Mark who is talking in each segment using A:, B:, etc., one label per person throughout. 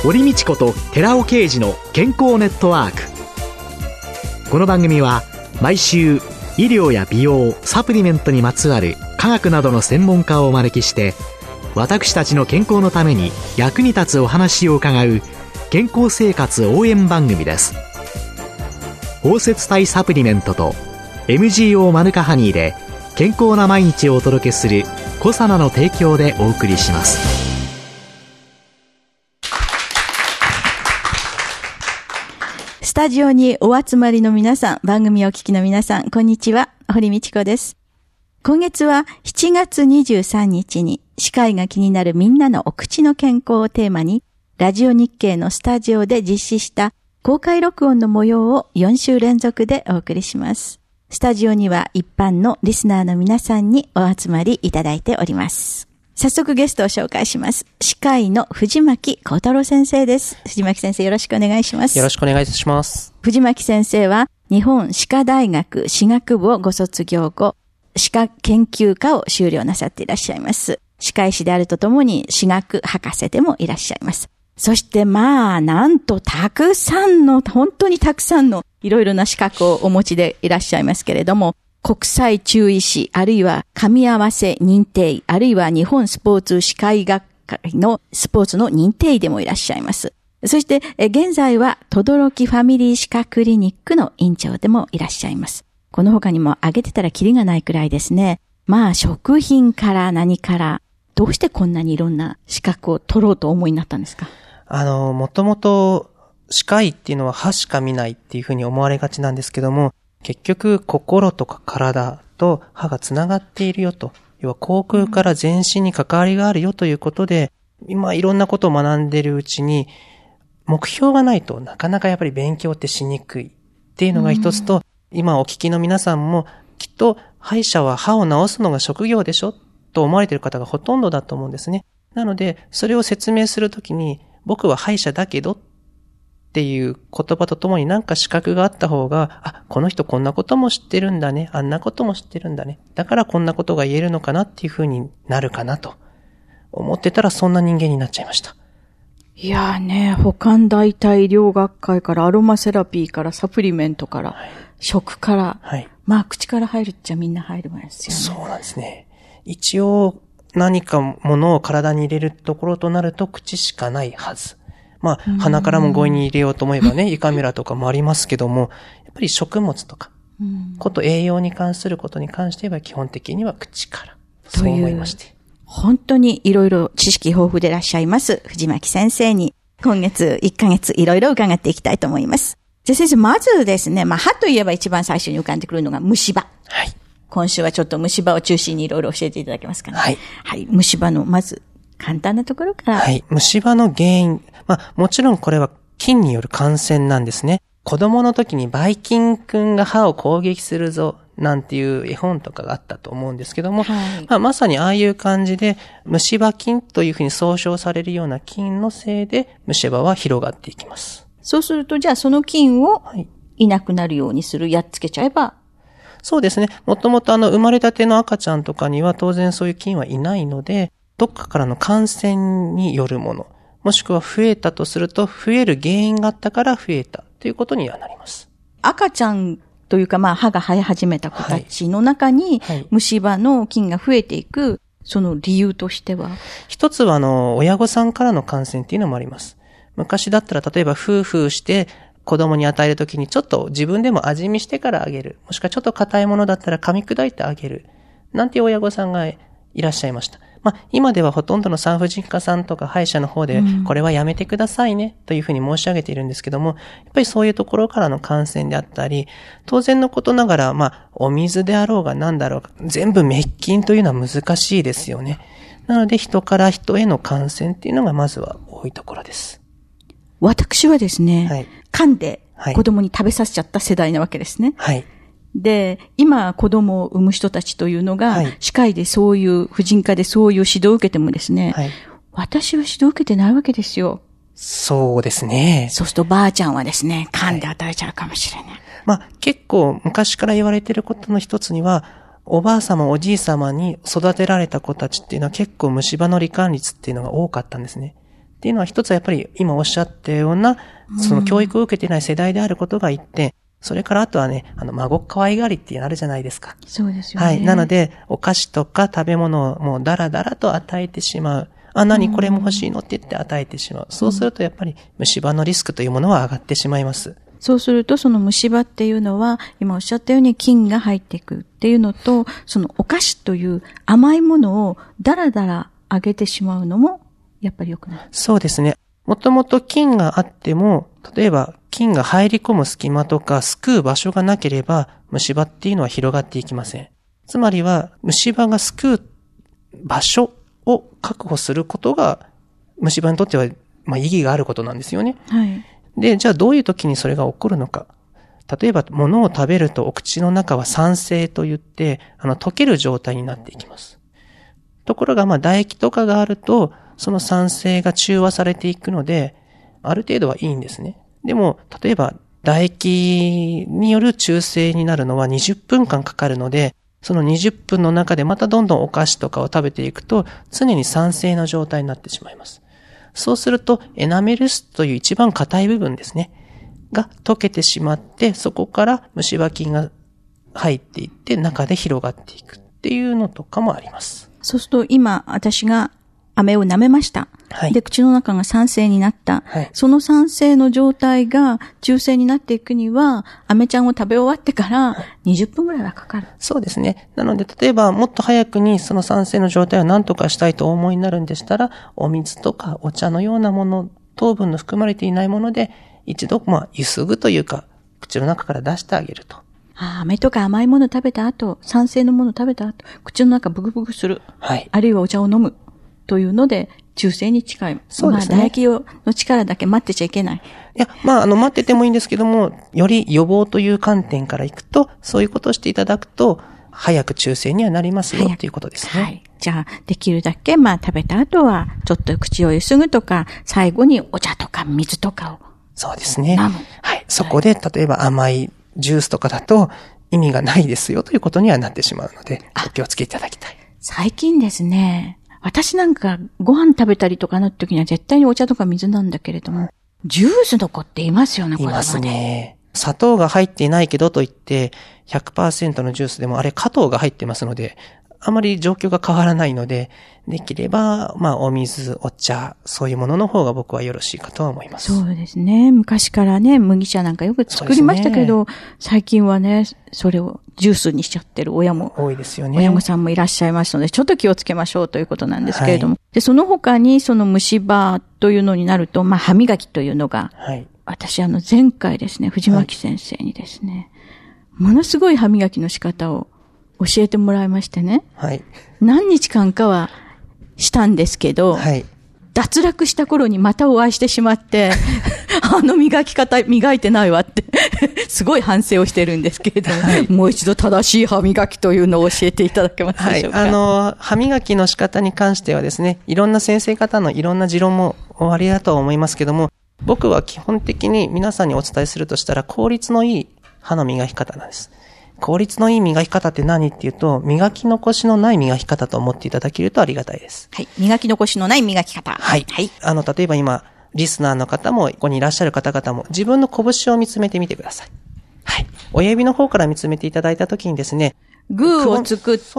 A: 堀道子と寺尾啓二の健康ネットワーク。この番組は毎週医療や美容、サプリメントにまつわる科学などの専門家をお招きして、私たちの健康のために役に立つお話を伺う健康生活応援番組です。包摂体サプリメントと MGO マヌカハニーで健康な毎日をお届けするコサナの提供でお送りします。
B: スタジオにお集まりの皆さん、番組をお聞きの皆さん、こんにちは、堀道子です。今月は7月23日に歯科医が気になるみんなのお口の健康をテーマに、ラジオ日経のスタジオで実施した公開録音の模様を4週連続でお送りします。スタジオには一般のリスナーの皆さんにお集まりいただいております。早速ゲストを紹介します。歯科医の藤巻幸太郎先生です。藤巻先生、よろしくお願いします。
C: よろしくお願いします。
B: 藤巻先生は日本歯科大学歯学部をご卒業後、歯科研究科を修了なさっていらっしゃいます。歯科医師であるとともに歯学博士でもいらっしゃいます。そしてなんと本当にたくさんのいろいろな資格をお持ちでいらっしゃいますけれども、国際中医師、あるいは噛み合わせ認定医、あるいは日本スポーツ歯科医学会のスポーツの認定医でもいらっしゃいます。そして現在は轟ファミリー歯科クリニックの院長でもいらっしゃいます。この他にも挙げてたらキリがないくらいですね。食品から何から、どうしてこんなにいろんな資格を取ろうとお思いになったんですか？
C: もともと歯科医っていうのは歯しか見ないっていうふうに思われがちなんですけども、結局心とか体と歯がつながっているよと、要は口腔から全身に関わりがあるよということで、今いろんなことを学んでいるうちに、目標がないとなかなかやっぱり勉強ってしにくいっていうのが一つと、今お聞きの皆さんもきっと歯医者は歯を治すのが職業でしょと思われている方がほとんどだと思うんですね。なのでそれを説明するときに、僕は歯医者だけどっていう言葉とともになんか資格があった方が、この人こんなことも知ってるんだね、あんなことも知ってるんだね、だからこんなことが言えるのかなっていうふうになるかなと思ってたら、そんな人間になっちゃいました。
B: いやーね、保管代替医療学会からアロマセラピーからサプリメントから、食から、口から入るっちゃみんな入るわけですよね。
C: そうなんですね。一応何かものを体に入れるところとなると口しかないはず。鼻からも強引に入れようと思えばね、胃カメラとかもありますけども、やっぱり食物とか、栄養に関することに関しては基本的には口から。そう思いまして。
B: 本当にいろいろ知識豊富でいらっしゃいます藤巻先生に今月1ヶ月いろいろ伺っていきたいと思います。じゃあ先生、まずですね、歯といえば一番最初に浮かんでくるのが虫歯。
C: はい。
B: 今週はちょっと虫歯を中心にいろいろ教えていただけますかね。はい。虫歯のまず簡単なところから。
C: はい。虫歯の原因。もちろんこれは菌による感染なんですね。子供の時にばい菌くんが歯を攻撃するぞなんていう絵本とかがあったと思うんですけども、まさにああいう感じで虫歯菌というふうに総称されるような菌のせいで虫歯は広がっていきます。
B: そうするとじゃあその菌をいなくなるようにする、やっつけちゃえば。
C: そうですね。もともと生まれたての赤ちゃんとかには当然そういう菌はいないので、どっかからの感染によるもの、もしくは増えたとすると増える原因があったから増えたということにはなります。
B: 赤ちゃんというか歯が生え始めた子たちの中に虫歯の菌が増えていく、その理由としては、
C: 一つは親御さんからの感染っていうのもあります。昔だったら例えばフーフーして子供に与えるときにちょっと自分でも味見してからあげる。もしくはちょっと硬いものだったら噛み砕いてあげる。なんていう親御さんがいらっしゃいました。今ではほとんどの産婦人科さんとか歯医者の方で、これはやめてくださいねというふうに申し上げているんですけども、やっぱりそういうところからの感染であったり、当然のことながら、お水であろうが何だろうが、全部滅菌というのは難しいですよね。なので人から人への感染っていうのがまずは多いところです。
B: 私はですね、噛んで子供に食べさせちゃった世代なわけですね。で、今子供を産む人たちというのが、歯科医でそういう婦人科でそういう指導を受けてもですね、私は指導を受けてないわけですよ。
C: そうですね。
B: そうするとばあちゃんはですね、噛んで与えちゃうかもしれない。
C: 結構昔から言われていることの一つには、おばあ様おじい様に育てられた子たちっていうのは結構虫歯の罹患率っていうのが多かったんですね。 っていうのは一つはやっぱり今おっしゃったような、その教育を受けていない世代であることが一点、それからあとはね、孫可愛がりっていうのあるじゃないですか。
B: そうですよね。
C: はい。なので、お菓子とか食べ物をもうダラダラと与えてしまう。何これも欲しいのって言って与えてしまう。そうするとやっぱり虫歯のリスクというものは上がってしまいます。
B: そうすると、その虫歯っていうのは、今おっしゃったように菌が入っていくっていうのと、そのお菓子という甘いものをダラダラあげてしまうのも、やっぱり良くない。
C: そうですね。もともと菌があっても、例えば菌が入り込む隙間とか、すくう場所がなければ、虫歯っていうのは広がっていきません。つまりは、虫歯がすくう場所を確保することが、虫歯にとっては、意義があることなんですよね。
B: はい。
C: で、じゃあどういう時にそれが起こるのか。例えば、物を食べるとお口の中は酸性といって、溶ける状態になっていきます。ところが、唾液とかがあると、その酸性が中和されていくので、ある程度はいいんですね。でも、例えば、唾液による中性になるのは20分間かかるので、その20分の中でまたどんどんお菓子とかを食べていくと、常に酸性な状態になってしまいます。そうすると、エナメル質という一番硬い部分ですね。が溶けてしまって、そこから虫歯菌が入っていって中で広がっていくっていうのとかもあります。
B: そうすると今私が飴を舐めました。
C: はい。
B: で、口の中が酸性になった。
C: はい。
B: その酸性の状態が中性になっていくには、飴ちゃんを食べ終わってから20分ぐらいはかかる。
C: そうですね。なので、例えばもっと早くにその酸性の状態を何とかしたいとお思いになるんでしたら、お水とかお茶のようなもの、糖分の含まれていないもので、一度、ゆすぐというか、口の中から出してあげると。
B: 飴とか甘いもの食べた後、酸性のもの食べた後、口の中ブクブクする。
C: はい。
B: あるいはお茶を飲む。というので、中性に近い。
C: そうですね。
B: 唾液の力だけ待ってちゃいけない。
C: いや、待っててもいいんですけども、より予防という観点からいくと、そういうことをしていただくと、早く中性にはなりますよっていうことですね。
B: はい。じゃあ、できるだけ、食べた後は、ちょっと口をゆすぐとか、最後にお茶とか水とかを。
C: そうですね。
B: 飲む。
C: はい。そこで、例えば甘いジュースとかだと、意味がないですよということにはなってしまうので、お気をつけいただきたい。
B: 最近ですね、私なんかご飯食べたりとかの時には絶対にお茶とか水なんだけれども、ジュースの子っていますよね、これ。
C: いますね。砂糖が入っていないけどといって、100% のジュースでもあれ果糖が入ってますので、あまり状況が変わらないので、できれば、お水、お茶、そういうものの方が僕はよろしいかとは思います。
B: そうですね。昔からね、麦茶なんかよく作りましたけど、最近はね、それをジュースにしちゃってる親も
C: 多いですよね。
B: 親御さんもいらっしゃいますので、ちょっと気をつけましょうということなんですけれども。はい、で、その他にその虫歯というのになると、歯磨きというのが、はい、私前回ですね、藤巻先生にですね、ものすごい歯磨きの仕方を教えてもらいましてね。はい。何日間かはしたんですけど、はい。脱落した頃にまたお会いしてしまって、磨き方磨いてないわって、すごい反省をしてるんですけれども、はい、もう一度正しい歯磨きというのを教えていただけますでしょうか。
C: はい。歯磨きの仕方に関してはですね、いろんな先生方のいろんな持論もおありだとは思いますけども、僕は基本的に皆さんにお伝えするとしたら、効率のいい歯の磨き方なんです。効率のいい磨き方って何っていうと、磨き残しのない磨き方と思っていただけるとありがたいです。
B: はい。磨き残しのない磨き方。
C: はい。はい。例えば今、リスナーの方も、ここにいらっしゃる方々も、自分の拳を見つめてみてください。はい。親指の方から見つめていただいたときにですね、
B: グーを作って、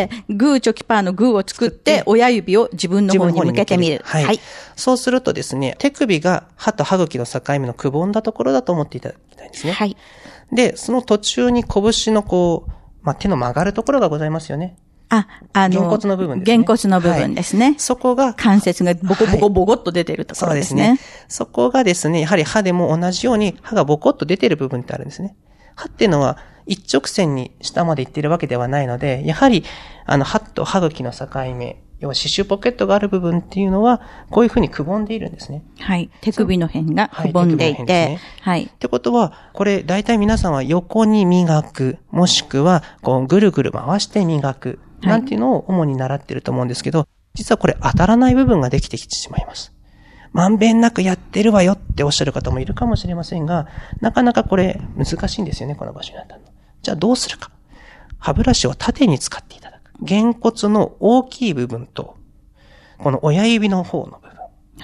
B: グーチョキパーのグーを作って、親指を自分の方に向けてみる。
C: はい。はい。そうするとですね、手首が歯と歯茎の境目のくぼんだところだと思っていただきたいんですね。はい。で、その途中に拳の手の曲がるところがございますよね。げんこつの部分ですね。
B: げんこつの部分ですね。はい、
C: そこが、
B: 関節がボコボコボコっと出てるところですね。
C: そうですね。そこがですね、やはり歯でも同じように歯がボコっと出てる部分ってあるんですね。歯っていうのは一直線に下まで行っているわけではないので、やはり、歯と歯茎の境目、要は歯周ポケットがある部分っていうのは、こういうふうにくぼんでいるんですね。
B: はい。手首の辺がくぼんでいて。
C: はい。ってことは、これ、大体皆さんは横に磨く、もしくは、ぐるぐる回して磨く、なんていうのを主に習ってると思うんですけど、実はこれ当たらない部分ができてきてしまいます。まんべんなくやってるわよっておっしゃる方もいるかもしれませんが、なかなかこれ難しいんですよね、この場所にあったの。じゃあどうするか。歯ブラシを縦に使っていただく。げんこつの大きい部分と、この親指の方の部分。
B: はい。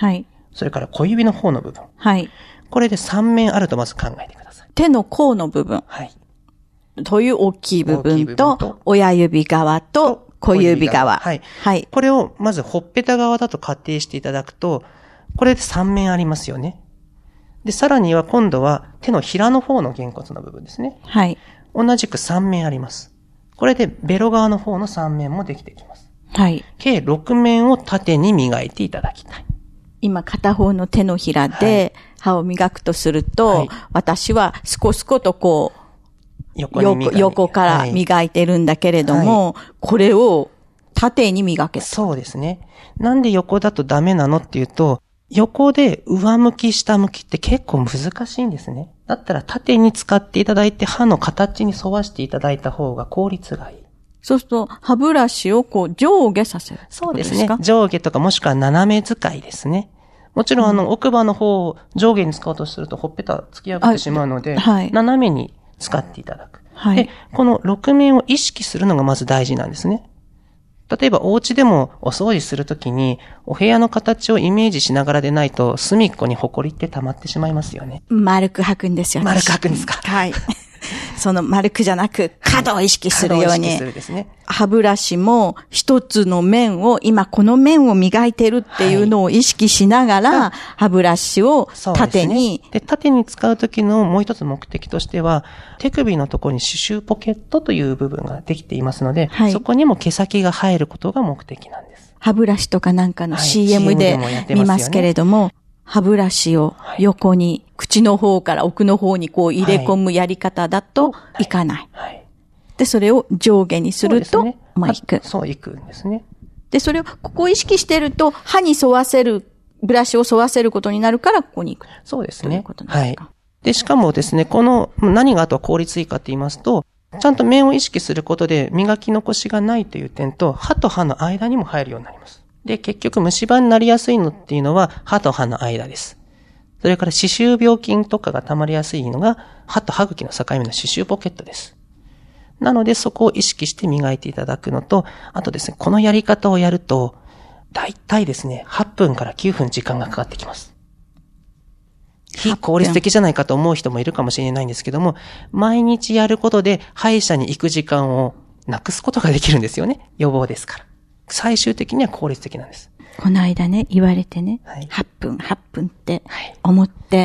C: それから小指の方の部分。
B: はい。
C: これで3面あるとまず考えてください。
B: 手の甲の部分。
C: はい。
B: という大きい部分と、親指側と小指側。
C: はい。
B: はい。
C: これをまずほっぺた側だと仮定していただくと、これで3面ありますよね。で、さらには今度は手のひらの方の脛骨の部分ですね。
B: はい。
C: 同じく3面あります。これでベロ側の方の3面もできてきます。
B: はい。
C: 計6面を縦に磨いていただきたい。
B: 今片方の手のひらで歯を磨くとすると、はい、私はスコスコとこう、横から磨いてるんだけれども、はい、これを縦に磨け。
C: そうですね。なんで横だとダメなのっていうと、横で上向き下向きって結構難しいんですね。だったら縦に使っていただいて歯の形に沿わしていただいた方が効率がいい。
B: そうすると歯ブラシをこう上下させる。
C: そうですね。上下とかもしくは斜め使いですね。もちろん奥歯の方を上下に使おうとするとほっぺた突き破ってしまうので、はい、斜めに使っていただく。はい、で、この6面を意識するのがまず大事なんですね。例えばお家でもお掃除するときにお部屋の形をイメージしながらでないと隅っこにホコリって溜まってしまいますよね。
B: 丸く吐くんですよね。
C: 丸く吐くんですか。
B: はい。その丸くじゃなく角を意識するように。角を意識するですね。歯ブラシも一つの面を、今この面を磨いてるっていうのを意識しながら、はい、歯ブラシを縦に。
C: で、縦に使うときのもう一つ目的としては、手首のところに歯周ポケットという部分ができていますので、はい、そこにも毛先が入ることが目的なんです。
B: 歯ブラシとかなんかの CM で見ますけれども、歯ブラシを横に、口の方から奥の方にこう入れ込むやり方だといかない。はいはい、で、それを上下にすると、まあ、いく。
C: そう、いくんですね。
B: で、それを、ここを意識してると、歯に沿わせる、ブラシを沿わせることになるから、ここに行く。
C: そうですね。
B: ということですか。はい。
C: で、しかもですね、この、何があとは効率いいかって言いますと、ちゃんと面を意識することで、磨き残しがないという点と、歯と歯の間にも入るようになります。で、結局虫歯になりやすいのっていうのは歯と歯の間です。それから歯周病菌とかが溜まりやすいのが歯と歯茎の境目の歯周ポケットです。なのでそこを意識して磨いていただくのと、あとですね、このやり方をやると、だいたいですね、8分から9分時間がかかってきます。非効率的じゃないかと思う人もいるかもしれないんですけども、毎日やることで歯医者に行く時間をなくすことができるんですよね。予防ですから。最終的には効率的なんです。
B: この間ね、言われてね、はい、8分って思って、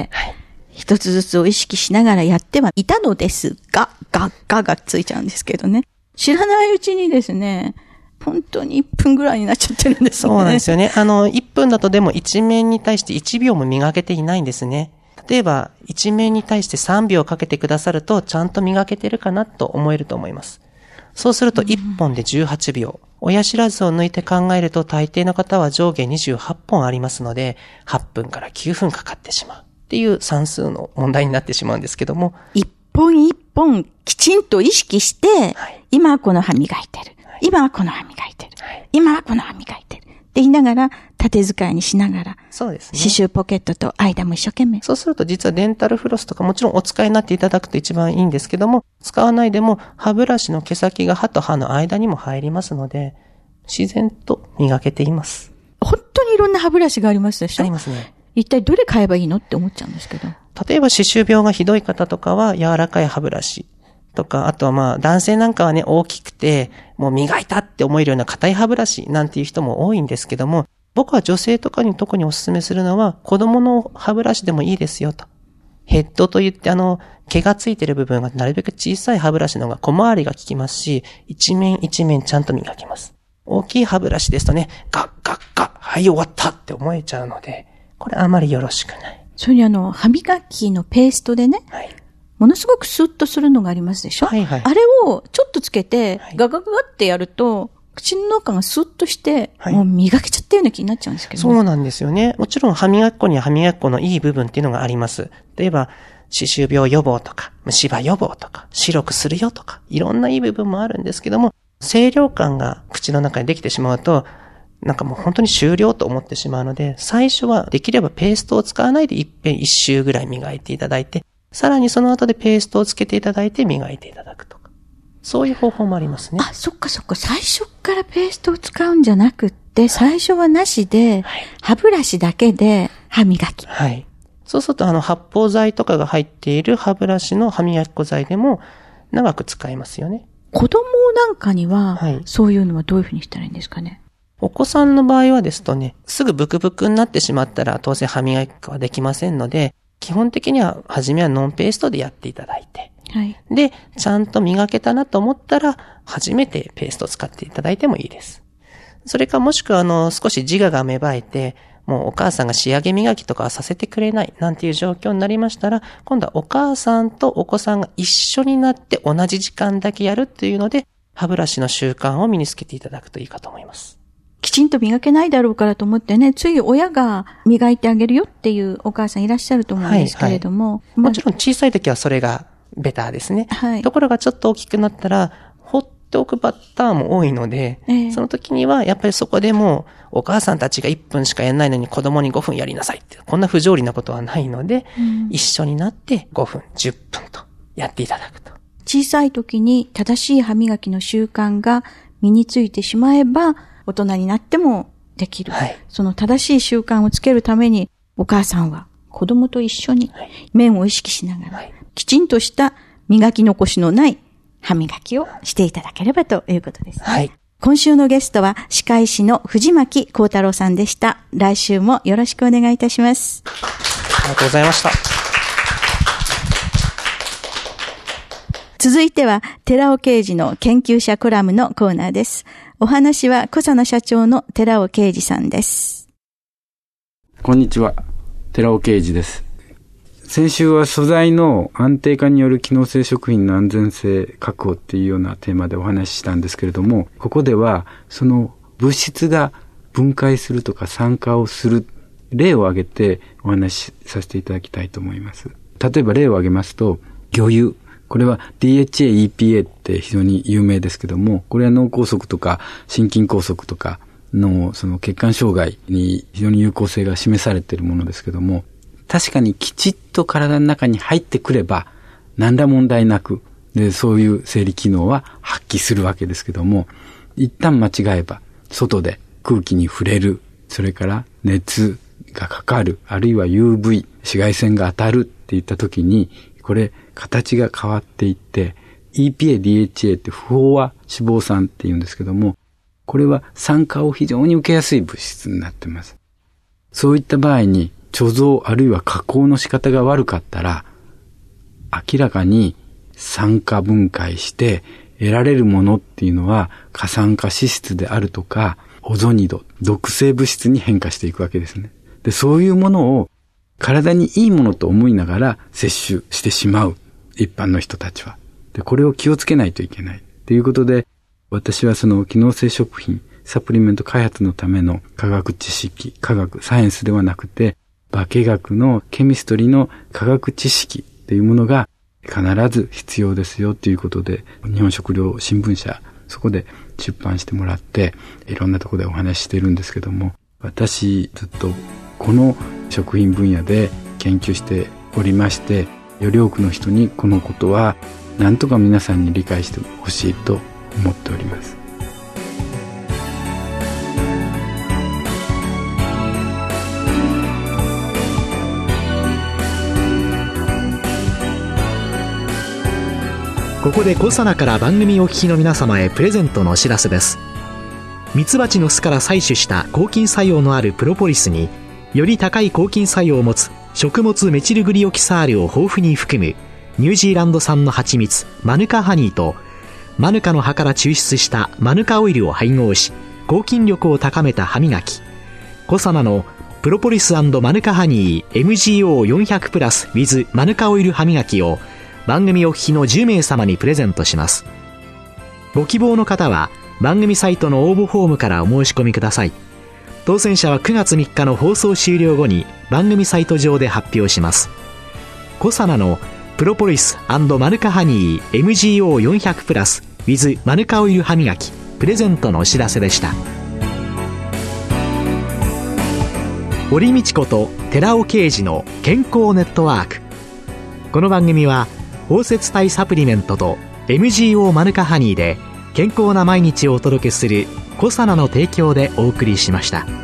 B: はい、一つずつを意識しながらやってはいたのですが、がついちゃうんですけどね。知らないうちにですね、本当に1分ぐらいになっちゃってるんですね。
C: そうなんですよね。1分だとでも1面に対して1秒も磨けていないんですね。例えば、1面に対して3秒かけてくださると、ちゃんと磨けてるかなと思えると思います。そうすると1本で18秒。親知らずを抜いて考えると大抵の方は上下28本ありますので、8分から9分かかってしまうっていう算数の問題になってしまうんですけども。
B: 一本一本きちんと意識して、はい、今はこの歯磨いてる。はい、今はこの歯磨いてる。はい、今はこの歯磨いてる。って言いながら、縦使いにしながら。
C: そうですね。
B: 歯周ポケットと間も一生懸命。
C: そうすると実はデンタルフロスとかもちろんお使いになっていただくと一番いいんですけども、使わないでも歯ブラシの毛先が歯と歯の間にも入りますので、自然と磨けています。
B: 本当にいろんな歯ブラシがありますでしょ？
C: ありますね。
B: 一体どれ買えばいいのって思っちゃうんですけど。
C: 例えば歯周病がひどい方とかは柔らかい歯ブラシとか、あとはまあ男性なんかはね大きくてもう磨いたって思えるような硬い歯ブラシなんていう人も多いんですけども、僕は女性とかに特にお勧めするのは子供の歯ブラシでもいいですよと。ヘッドといって毛がついてる部分がなるべく小さい歯ブラシの方が小回りが効きますし、一面一面ちゃんと磨きます。大きい歯ブラシですとね、ガッガッガッ、はい終わったって思えちゃうので、これあまりよろしくない。
B: それに歯磨きのペーストでね、はい、ものすごくスッとするのがありますでしょ？はいはい。あれをちょっとつけて、ガガガガってやると、口の中がスッとして、はい、もう磨けちゃったような気になっちゃうんですけど、ね。
C: そうなんですよね。もちろん歯磨き粉には歯磨き粉のいい部分っていうのがあります。例えば、歯周病予防とか、虫歯予防とか、白くするよとか、いろんないい部分もあるんですけども、清涼感が口の中にできてしまうと、なんかもう本当に終了と思ってしまうので、最初はできればペーストを使わないで一周ぐらい磨いていただいて、さらにその後でペーストをつけていただいて磨いていただくとか。そういう方法もありますね。
B: あ、そっかそっか。最初からペーストを使うんじゃなくって、最初はなしで、歯ブラシだけで歯磨き。
C: はい。そうすると発泡剤とかが入っている歯ブラシの歯磨き粉剤でも長く使えますよね。
B: 子供なんかには、
C: はい、
B: そういうのはどういうふうにしたらいいんですかね。
C: お子さんの場合はですとね、すぐブクブクになってしまったら当然歯磨き粉はできませんので、基本的には初めはノンペーストでやっていただいて、
B: はい。
C: で、ちゃんと磨けたなと思ったら、初めてペーストを使っていただいてもいいです。それかもしくは少し自我が芽生えて、もうお母さんが仕上げ磨きとかはさせてくれないなんていう状況になりましたら、今度はお母さんとお子さんが一緒になって同じ時間だけやるっていうので、歯ブラシの習慣を身につけていただくといいかと思います。
B: きちんと磨けないだろうからと思ってね、つい親が磨いてあげるよっていうお母さんいらっしゃると思うんですけれども。
C: はいはい、もちろん小さい時はそれがベターですね。
B: はい。
C: ところがちょっと大きくなったら、放っておくパターンも多いので、その時にはやっぱりそこでもうお母さんたちが1分しかやんないのに子供に5分やりなさいって、こんな不条理なことはないので、一緒になって5分、10分とやっていただくと。
B: 小さい時に正しい歯磨きの習慣が身についてしまえば、大人になってもできる。はい、その正しい習慣をつけるために、お母さんは子供と一緒に面を意識しながら、きちんとした磨き残しのない歯磨きをしていただければということですね。はい。今週のゲストは歯科医師の藤巻幸太郎さんでした。来週もよろしくお願いいたします。
C: ありがとうございました。
B: 続いては、寺尾啓二の研究者コラムのコーナーです。お話は小佐奈社長の寺尾啓二さんです。
D: こんにちは、寺尾啓二です。先週は素材の安定化による機能性食品の安全性確保っていうようなテーマでお話ししたんですけれども、ここではその物質が分解するとか酸化をする例を挙げてお話しさせていただきたいと思います。例えば例を挙げますと、魚油。これは DHA、EPA って非常に有名ですけども、これは脳梗塞とか心筋梗塞とかのその血管障害に非常に有効性が示されているものですけども、確かにきちっと体の中に入ってくれば何ら問題なく、でそういう生理機能は発揮するわけですけども、一旦間違えば外で空気に触れる、それから熱がかかる、あるいは UV、紫外線が当たるっていった時に、これ形が変わっていって、EPA、DHA って不飽和脂肪酸って言うんですけども、これは酸化を非常に受けやすい物質になっています。そういった場合に貯蔵あるいは加工の仕方が悪かったら、明らかに酸化分解して得られるものっていうのは過酸化脂質であるとか、オゾニド、毒性物質に変化していくわけですね。で、そういうものを体にいいものと思いながら摂取してしまう一般の人たちは。で、これを気をつけないといけない。ということで、私はその機能性食品、サプリメント開発のための科学知識、科学、サイエンスではなくて、化学のケミストリーの科学知識というものが必ず必要ですよということで、日本食料新聞社、そこで出版してもらって、いろんなところでお話ししてるんですけども、私ずっとこの食品分野で研究しておりまして、より多くの人にこのことは何とか皆さんに理解してほしいと思っております。
A: ここでコサナから番組お聞きの皆様へプレゼントのお知らせです。ミツバチの巣から採取した抗菌作用のあるプロポリスに、より高い抗菌作用を持つ食物メチルグリオキサールを豊富に含むニュージーランド産の蜂蜜マヌカハニーと、マヌカの葉から抽出したマヌカオイルを配合し抗菌力を高めた歯磨き、コサナのプロポリス&マヌカハニー MGO400 プラス with マヌカオイル歯磨きを番組お聞きの10名様にプレゼントします。ご希望の方は番組サイトの応募フォームからお申し込みください。当選者は9月3日の放送終了後に番組サイト上で発表します。コサナのプロポリス&マヌカハニー MGO400 プラス with マヌカオイル歯磨きプレゼントのお知らせでした。堀道子と寺尾啓二の健康ネットワーク。この番組は包摂体サプリメントと MGO マヌカハニーで健康な毎日をお届けするコサナの提供でお送りしました。